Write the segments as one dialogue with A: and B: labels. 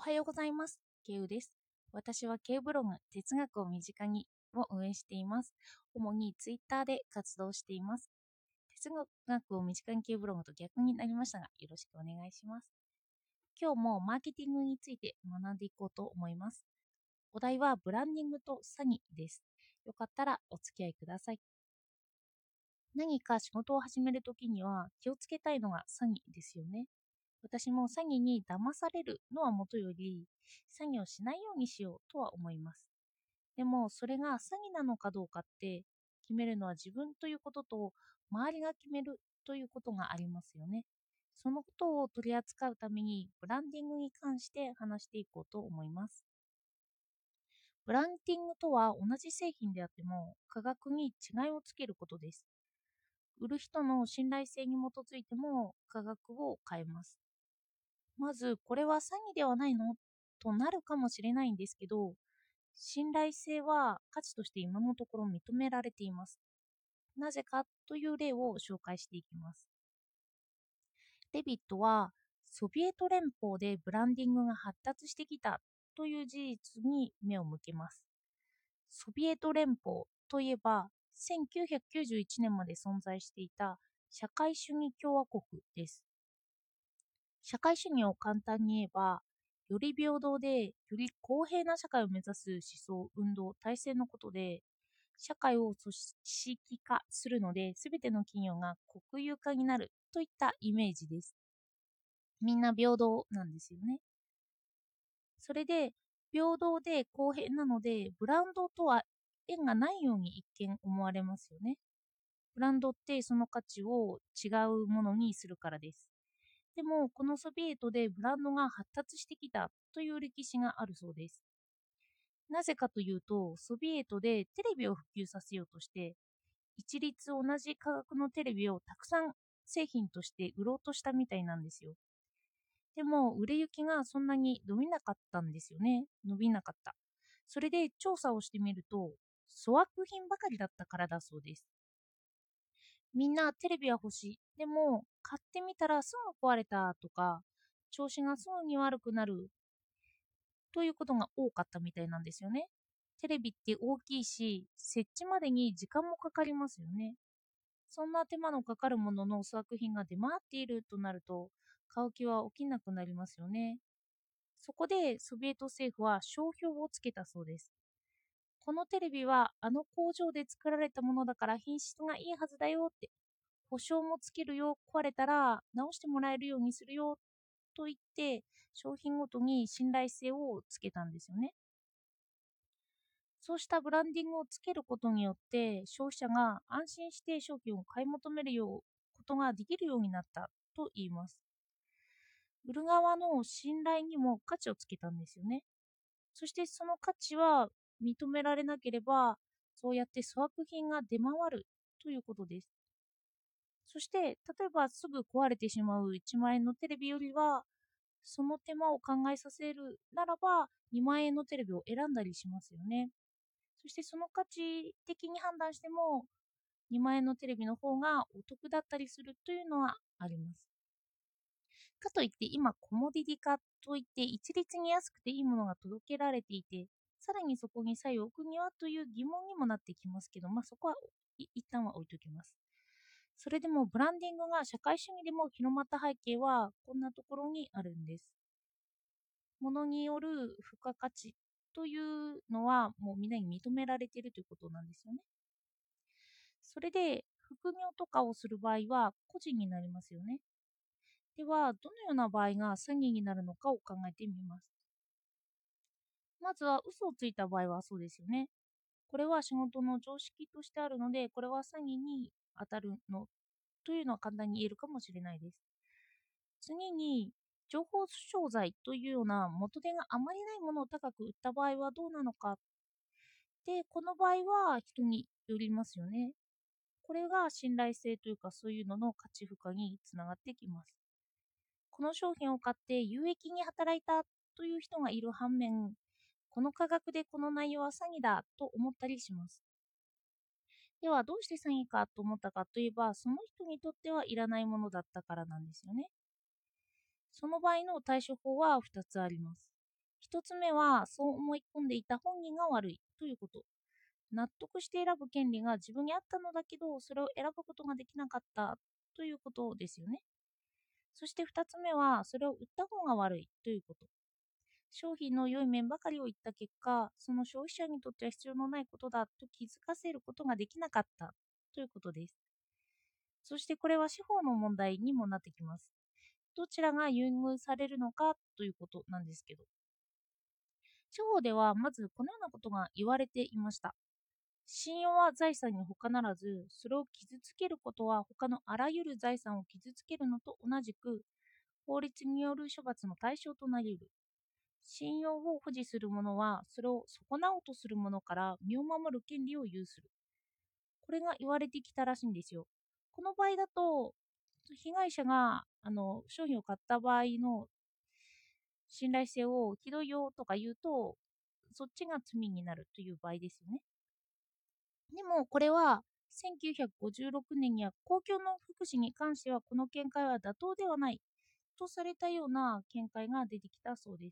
A: おはようございます。ケウです。私はケウブログ哲学を身近にを運営しています。主にツイッターで活動しています。哲学を身近にケウブログと逆になりましたが、よろしくお願いします。今日もマーケティングについて学んでいこうと思います。お題はブランディングと詐欺です。よかったらお付き合いください。何か仕事を始めるときには気をつけたいのが詐欺ですよね。私も詐欺に騙されるのはもとより、詐欺をしないようにしようとは思います。でも、それが詐欺なのかどうかって決めるのは自分ということと、周りが決めるということがありますよね。そのことを取り扱うために、ブランディングに関して話していこうと思います。ブランディングとは同じ製品であっても、価格に違いをつけることです。売る人の信頼性に基づいても価格を変えます。まず、これは詐欺ではないのとなるかもしれないんですけど、信頼性は価値として今のところ認められています。なぜかという例を紹介していきます。デビットはソビエト連邦でブランディングが発達してきたという事実に目を向けます。ソビエト連邦といえば1991年まで存在していた社会主義共和国です。社会主義を簡単に言えば、より平等で、より公平な社会を目指す思想、運動、体制のことで、社会を組織化するので、すべての企業が国有化になるといったイメージです。みんな平等なんですよね。それで、平等で公平なので、ブランドとは縁がないように一見思われますよね。ブランドってその価値を違うものにするからです。でも、このソビエトでブランドが発達してきたという歴史があるそうです。なぜかというと、ソビエトでテレビを普及させようとして、一律同じ価格のテレビをたくさん製品として売ろうとしたみたいなんですよ。でも、売れ行きがそんなに伸びなかったんですよね。伸びなかった。それで調査をしてみると、粗悪品ばかりだったからだそうです。みんなテレビは欲しい。でも、買ってみたらすぐ壊れたとか、調子がすぐに悪くなるということが多かったみたいなんですよね。テレビって大きいし、設置までに時間もかかりますよね。そんな手間のかかるものの粗悪品が出回っているとなると、買う気は起きなくなりますよね。そこでソビエト政府は商標をつけたそうです。このテレビはあの工場で作られたものだから品質がいいはずだよって、保証もつけるよ、壊れたら直してもらえるようにするよと言って、商品ごとに信頼性をつけたんですよね。そうしたブランディングをつけることによって消費者が安心して商品を買い求めることができるようになったと言います。売る側の信頼にも価値をつけたんですよね。そしてその価値は認められなければ、そうやって粗悪品が出回るということです。そして、例えばすぐ壊れてしまう1万円のテレビよりは、その手間を考えさせるならば、2万円のテレビを選んだりしますよね。そしてその価値的に判断しても、2万円のテレビの方がお得だったりするというのはあります。かといって今コモディティ化といって一律に安くていいものが届けられていて、さらにそこに差異を置くにはという疑問にもなってきますけど、そこは一旦は置いときます。それでもブランディングが社会主義でも広まった背景はこんなところにあるんです。物による付加価値というのはもうみんなに認められているということなんですよね。それで副業とかをする場合は個人になりますよね。では、どのような場合が詐欺になるのかを考えてみます。まずは嘘をついた場合はそうですよね。これは仕事の常識としてあるので、これは詐欺に当たるのというのは簡単に言えるかもしれないです。次に、情報商材というような元手があまりないものを高く売った場合はどうなのか。で、この場合は人によりますよね。これが信頼性というかそういうのの価値付加につながってきます。この商品を買って有益に働いたという人がいる反面、この価格でこの内容は詐欺だと思ったりします。では、どうして詐欺かと思ったかといえば、その人にとってはいらないものだったからなんですよね。その場合の対処法は2つあります。 1つ目はそう思い込んでいた本人が悪いということ。納得して選ぶ権利が自分にあったのだけど、それを選ぶことができなかったということですよね。そして2つ目は、それを売った方が悪いということ。商品の良い面ばかりを言った結果、その消費者にとっては必要のないことだと気づかせることができなかったということです。そしてこれは司法の問題にもなってきます。どちらが優遇されるのかということなんですけど、司法ではまずこのようなことが言われていました。信用は財産に他ならず、それを傷つけることは他のあらゆる財産を傷つけるのと同じく、法律による処罰の対象となり得る。信用を保持する者は、それを損なおうとする者から身を守る権利を有する。これが言われてきたらしいんですよ。この場合だと、被害者が商品を買った場合の信頼性をひどいよとか言うと、そっちが罪になるという場合ですよね。でもこれは1956年には公共の福祉に関してはこの見解は妥当ではないとされたような見解が出てきたそうです。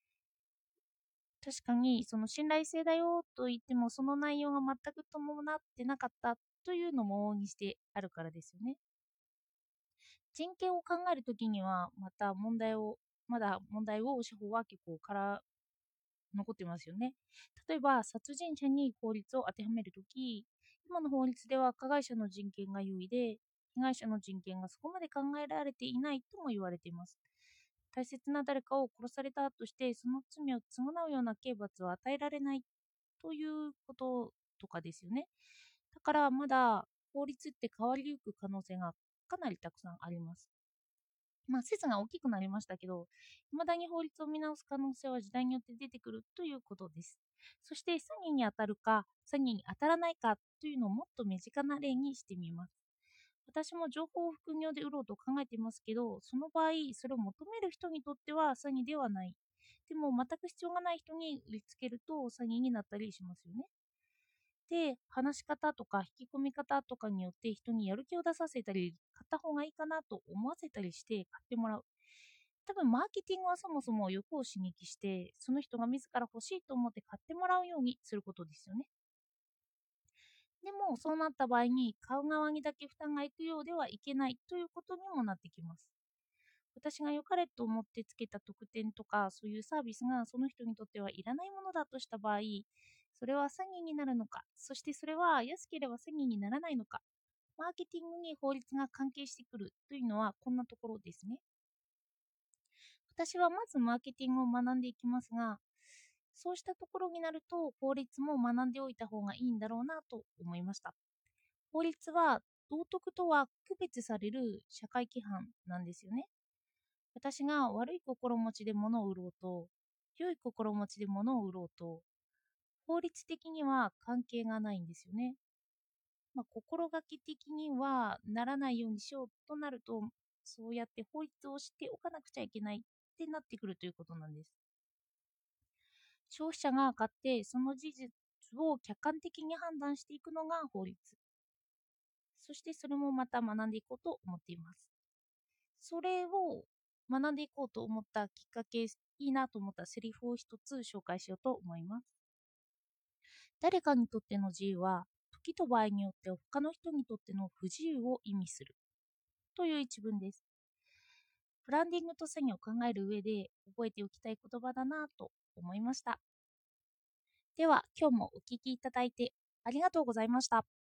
A: 確かにその信頼性だよと言ってもその内容が全く伴ってなかったというのも往々にしてあるからですよね。人権を考えるときにはまだ問題を司法は結構から残ってますよね。例えば殺人者に法律を当てはめるとき、今の法律では加害者の人権が優位で、被害者の人権がそこまで考えられていないとも言われています。大切な誰かを殺されたとして、その罪を償うような刑罰を与えられないということとかですよね。だからまだ法律って変わりゆく可能性がかなりたくさんあります。説が大きくなりましたけど、未だに法律を見直す可能性は時代によって出てくるということです。そして詐欺に当たるか、詐欺に当たらないかというのをもっと身近な例にしてみます。私も情報を副業で売ろうと考えていますけど、その場合、それを求める人にとっては詐欺ではない。でも、全く必要がない人に売りつけると詐欺になったりしますよね。で、話し方とか引き込み方とかによって人にやる気を出させたり、買った方がいいかなと思わせたりして買ってもらう。多分マーケティングはそもそも欲を刺激して、その人が自ら欲しいと思って買ってもらうようにすることですよね。でも、そうなった場合に、買う側にだけ負担がいくようではいけないということにもなってきます。私が良かれと思ってつけた特典とか、そういうサービスがその人にとってはいらないものだとした場合、それは詐欺になるのか、そしてそれは安ければ詐欺にならないのか、マーケティングに法律が関係してくるというのはこんなところですね。私はまずマーケティングを学んでいきますが、そうしたところになると法律も学んでおいた方がいいんだろうなと思いました。法律は道徳とは区別される社会規範なんですよね。私が悪い心持ちで物を売ろうと、良い心持ちで物を売ろうと、法律的には関係がないんですよね。心がけ的にはならないようにしようとなると、そうやって法律をしておかなくちゃいけないってなってくるということなんです。消費者が買ってその事実を客観的に判断していくのが法律。そしてそれもまた学んでいこうと思っています。それを学んでいこうと思ったきっかけ、いいなと思ったセリフを一つ紹介しようと思います。誰かにとっての自由は、時と場合によって他の人にとっての不自由を意味するという一文です。ブランディングと詐欺を考える上で覚えておきたい言葉だなと思いました。では、今日もお聞きいただいてありがとうございました。